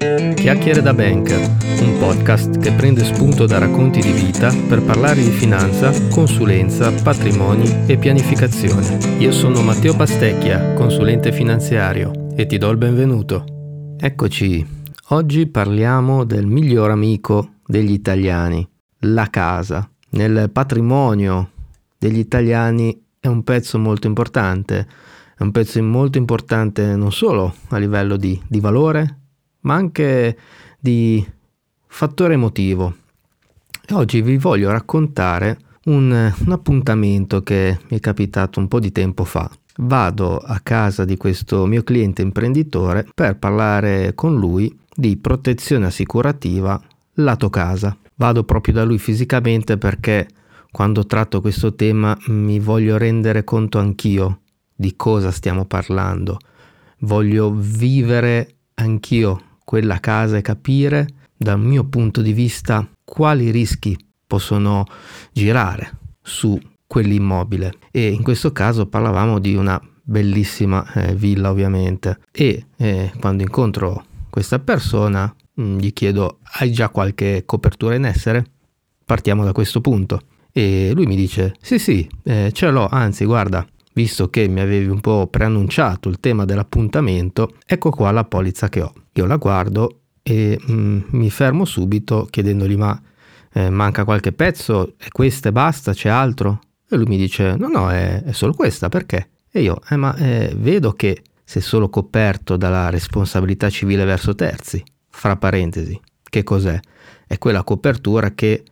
Chiacchiere da banker, un podcast che prende spunto da racconti di vita per parlare di finanza, consulenza, patrimoni e pianificazione. Io sono Matteo Pastecchia, consulente finanziario, e ti do il benvenuto. Eccoci, oggi parliamo del miglior amico degli italiani, la casa. Nel patrimonio degli italiani è un pezzo molto importante, non solo a livello di valore, ma anche di fattore emotivo. E oggi vi voglio raccontare un appuntamento che mi è capitato un po' di tempo fa. Vado a casa di questo mio cliente imprenditore per parlare con lui di protezione assicurativa lato casa. Vado proprio da lui fisicamente perché quando tratto questo tema mi voglio rendere conto anch'io di cosa stiamo parlando. Voglio vivere anch'io quella casa e capire dal mio punto di vista quali rischi possono girare su quell'immobile. E in questo caso parlavamo di una bellissima villa, ovviamente, e quando incontro questa persona gli chiedo: hai già qualche copertura in essere? Partiamo da questo punto. E lui mi dice: sì, ce l'ho, anzi guarda, visto che mi avevi un po' preannunciato il tema dell'appuntamento, ecco qua la polizza che ho. Io la guardo e mi fermo subito chiedendogli: ma manca qualche pezzo? È questa e basta? C'è altro? E lui mi dice: no, è solo questa, perché? E io: vedo che sei solo coperto dalla responsabilità civile verso terzi. Fra parentesi, che cos'è? È quella copertura che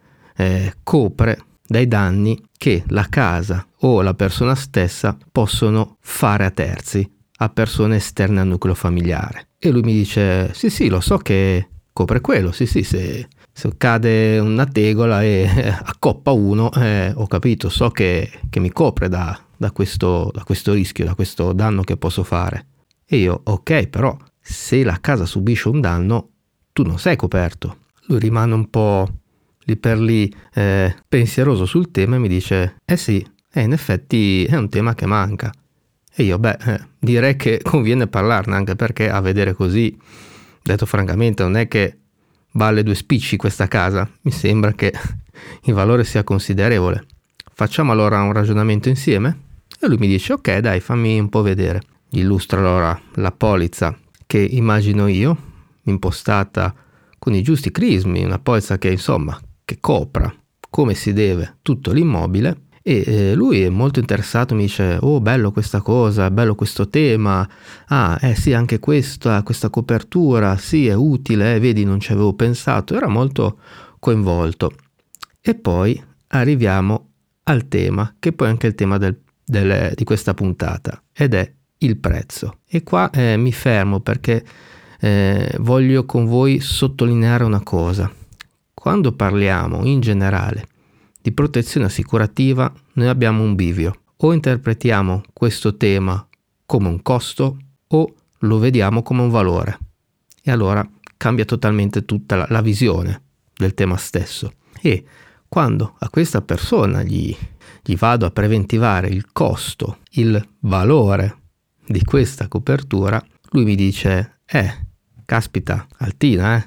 copre dai danni che la casa o la persona stessa possono fare a terzi, a persone esterne al nucleo familiare. E lui mi dice: sì, lo so che copre quello, sì, se cade una tegola e accoppa uno, ho capito, so che mi copre da questo rischio, da questo danno che posso fare. E io: ok, però se la casa subisce un danno, tu non sei coperto. Lui rimane un po' lì per lì pensieroso sul tema e mi dice: sì, in effetti è un tema che manca. E io direi che conviene parlarne, anche perché a vedere così, detto francamente, non è che vale due spicci questa casa. Mi sembra che il valore sia considerevole. Facciamo allora un ragionamento insieme? E lui mi dice: ok, dai, fammi un po' vedere. Gli illustro allora la polizza che immagino io, impostata con i giusti crismi, una polizza che copra come si deve tutto l'immobile. E lui è molto interessato, mi dice: oh, bello questa cosa, bello questo tema, sì, anche questa copertura, sì, è utile, vedi, non ci avevo pensato. Era molto coinvolto. E poi arriviamo al tema, che poi è anche il tema di questa puntata, ed è il prezzo. E qua mi fermo perché voglio con voi sottolineare una cosa. Quando parliamo in generale di protezione assicurativa, noi abbiamo un bivio: o interpretiamo questo tema come un costo o lo vediamo come un valore, e allora cambia totalmente tutta la visione del tema stesso. E quando a questa persona gli vado a preventivare il costo, il valore di questa copertura, lui mi dice: caspita, altina,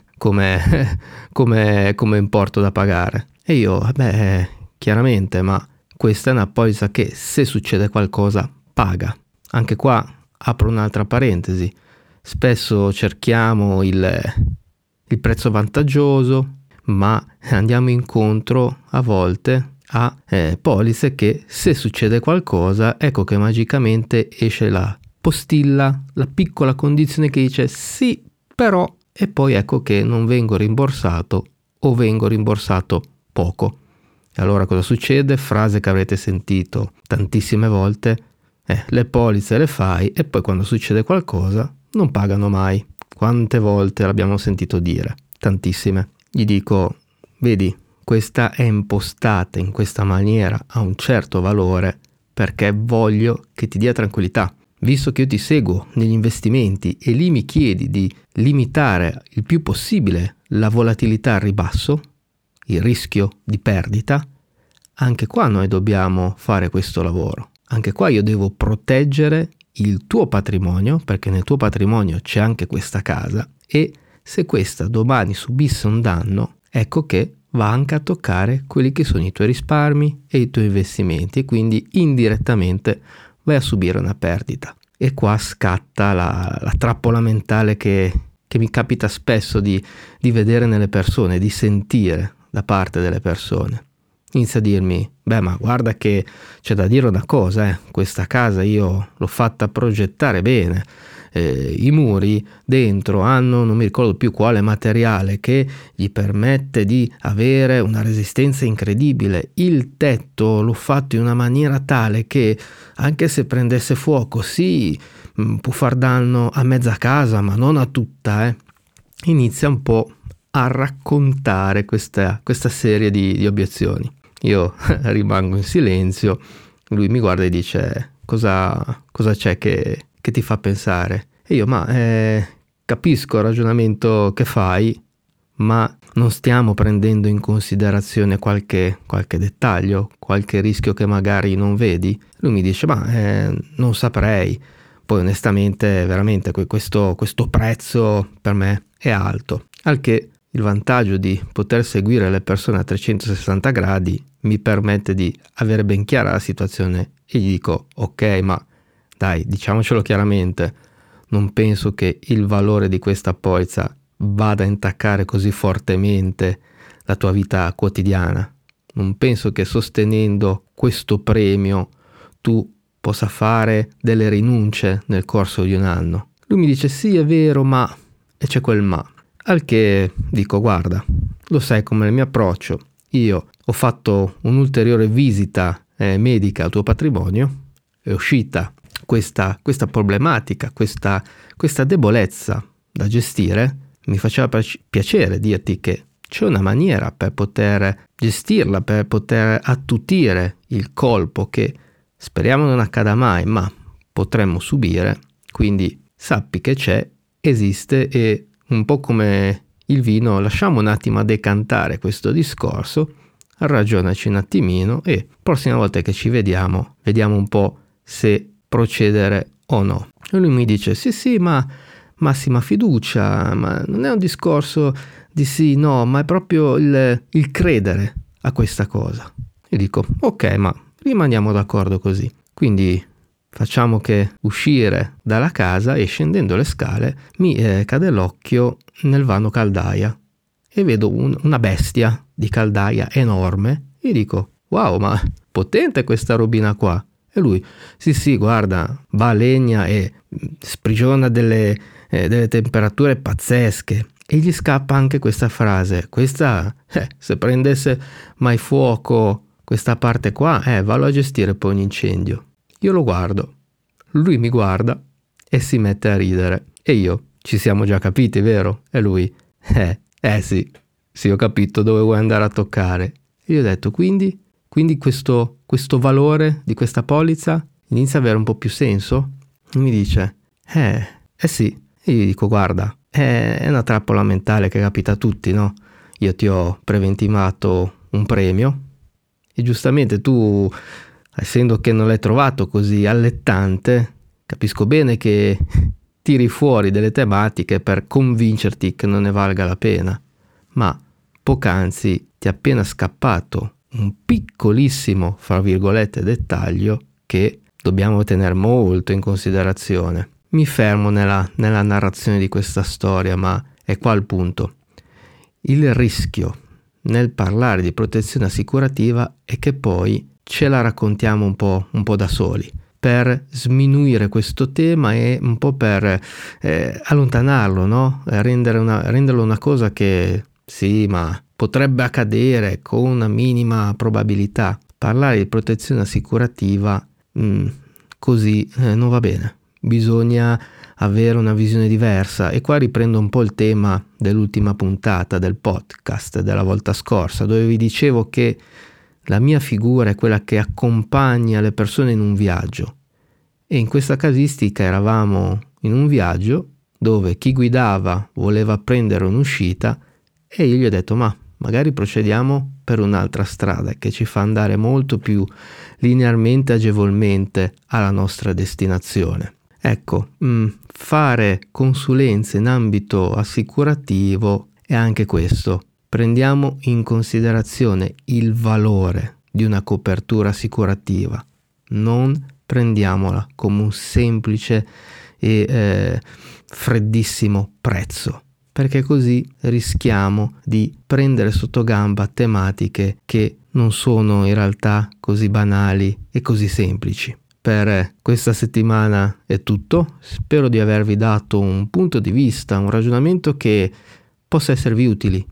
come importo da pagare. E io: chiaramente, ma questa è una polizza che, se succede qualcosa, paga. Anche qua apro un'altra parentesi: spesso cerchiamo il prezzo vantaggioso, ma andiamo incontro a volte a polizze che, se succede qualcosa, ecco che magicamente esce la postilla, la piccola condizione che dice: sì, però, e poi ecco che non vengo rimborsato o vengo rimborsato poco. E allora cosa succede? Frase che avrete sentito tantissime volte: le polizze le fai e poi quando succede qualcosa non pagano mai. Quante volte l'abbiamo sentito dire? Tantissime. Gli dico: vedi, questa è impostata in questa maniera, a un certo valore, perché voglio che ti dia tranquillità. Visto che io ti seguo negli investimenti e lì mi chiedi di limitare il più possibile la volatilità al ribasso, il rischio di perdita, anche qua noi dobbiamo fare questo lavoro. Anche qua io devo proteggere il tuo patrimonio, perché nel tuo patrimonio c'è anche questa casa, e se questa domani subisse un danno, ecco che va anche a toccare quelli che sono i tuoi risparmi e i tuoi investimenti, e quindi indirettamente vai a subire una perdita. E qua scatta la trappola mentale che mi capita spesso di vedere nelle persone, di sentire da parte delle persone. Inizia a dirmi: beh, ma guarda che c'è da dire una cosa, questa casa io l'ho fatta progettare bene, i muri dentro hanno, non mi ricordo più quale materiale, che gli permette di avere una resistenza incredibile, il tetto l'ho fatto in una maniera tale che anche se prendesse fuoco, sì, può far danno a mezza casa, ma non a tutta. Inizia un po' a raccontare questa serie di obiezioni. Io rimango in silenzio, lui mi guarda e dice: cosa c'è che ti fa pensare? E io: capisco il ragionamento che fai, ma non stiamo prendendo in considerazione qualche dettaglio, qualche rischio che magari non vedi? Lui mi dice: non saprei, poi onestamente veramente questo prezzo per me è alto. Al che il vantaggio di poter seguire le persone a 360 gradi mi permette di avere ben chiara la situazione e gli dico: ok, ma dai, diciamocelo chiaramente, non penso che il valore di questa polizza vada a intaccare così fortemente la tua vita quotidiana. Non penso che sostenendo questo premio tu possa fare delle rinunce nel corso di un anno. Lui mi dice: sì, è vero, ma... e c'è quel ma. Al che dico: guarda, lo sai com'è il mio approccio, io ho fatto un'ulteriore visita medica al tuo patrimonio, è uscita questa problematica, questa debolezza da gestire. Mi faceva piacere dirti che c'è una maniera per poter gestirla, per poter attutire il colpo che speriamo non accada mai, ma potremmo subire. Quindi sappi che esiste, e un po' come il vino, lasciamo un attimo a decantare questo discorso, ragionaci un attimino e prossima volta che ci vediamo un po' se procedere o no. E lui mi dice: sì, ma massima fiducia, ma non è un discorso di sì, no, ma è proprio il credere a questa cosa. Io dico: ok, ma rimaniamo d'accordo così. Quindi facciamo che uscire dalla casa e scendendo le scale mi cade l'occhio nel vano caldaia e vedo una bestia di caldaia enorme e dico: wow, ma potente questa robina qua. E lui: sì, guarda, va a legna e sprigiona delle temperature pazzesche. E gli scappa anche questa frase: questa, se prendesse mai fuoco questa parte qua, vallo a gestire poi un incendio. Io lo guardo, lui mi guarda e si mette a ridere. E io: ci siamo già capiti, vero? E lui: sì, ho capito dove vuoi andare a toccare. E io ho detto: quindi questo valore di questa polizza inizia ad avere un po' più senso? E mi dice: sì. E io dico: guarda, è una trappola mentale che capita a tutti, no? Io ti ho preventivato un premio e giustamente tu, essendo che non l'hai trovato così allettante, capisco bene che tiri fuori delle tematiche per convincerti che non ne valga la pena, ma poc'anzi ti è appena scappato un piccolissimo, fra virgolette, dettaglio che dobbiamo tenere molto in considerazione. Mi fermo nella narrazione di questa storia, ma è qua il punto. Il rischio nel parlare di protezione assicurativa è che poi ce la raccontiamo un po' da soli, per sminuire questo tema e un po' per allontanarlo, no? Renderlo una cosa che sì, ma potrebbe accadere con una minima probabilità. Parlare di protezione assicurativa così non va bene. Bisogna avere una visione diversa, e qua riprendo un po' il tema dell'ultima puntata del podcast della volta scorsa, dove vi dicevo che la mia figura è quella che accompagna le persone in un viaggio, e in questa casistica eravamo in un viaggio dove chi guidava voleva prendere un'uscita e io gli ho detto: ma magari procediamo per un'altra strada che ci fa andare molto più linearmente, agevolmente alla nostra destinazione. Ecco, fare consulenze in ambito assicurativo è anche questo. Prendiamo in considerazione il valore di una copertura assicurativa, non prendiamola come un semplice e freddissimo prezzo, perché così rischiamo di prendere sotto gamba tematiche che non sono in realtà così banali e così semplici. Per questa settimana è tutto, spero di avervi dato un punto di vista, un ragionamento che possa esservi utile.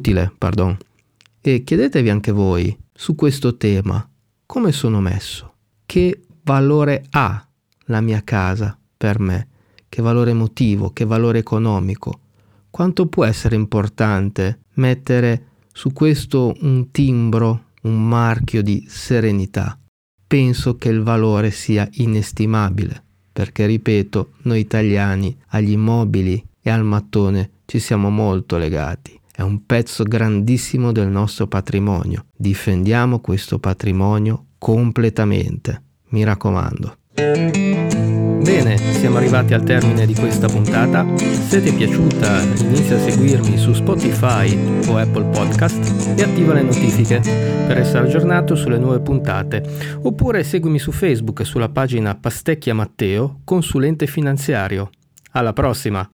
E chiedetevi anche voi su questo tema come sono messo, che valore ha la mia casa per me, che valore emotivo, che valore economico, quanto può essere importante mettere su questo un timbro, un marchio di serenità. Penso che il valore sia inestimabile, perché ripeto, noi italiani agli immobili e al mattone ci siamo molto legati. È un pezzo grandissimo del nostro patrimonio. Difendiamo questo patrimonio completamente, mi raccomando. Bene, siamo arrivati al termine di questa puntata. Se ti è piaciuta, inizia a seguirmi su Spotify o Apple Podcast e attiva le notifiche per essere aggiornato sulle nuove puntate. Oppure seguimi su Facebook sulla pagina Pastecchia Matteo, consulente finanziario. Alla prossima!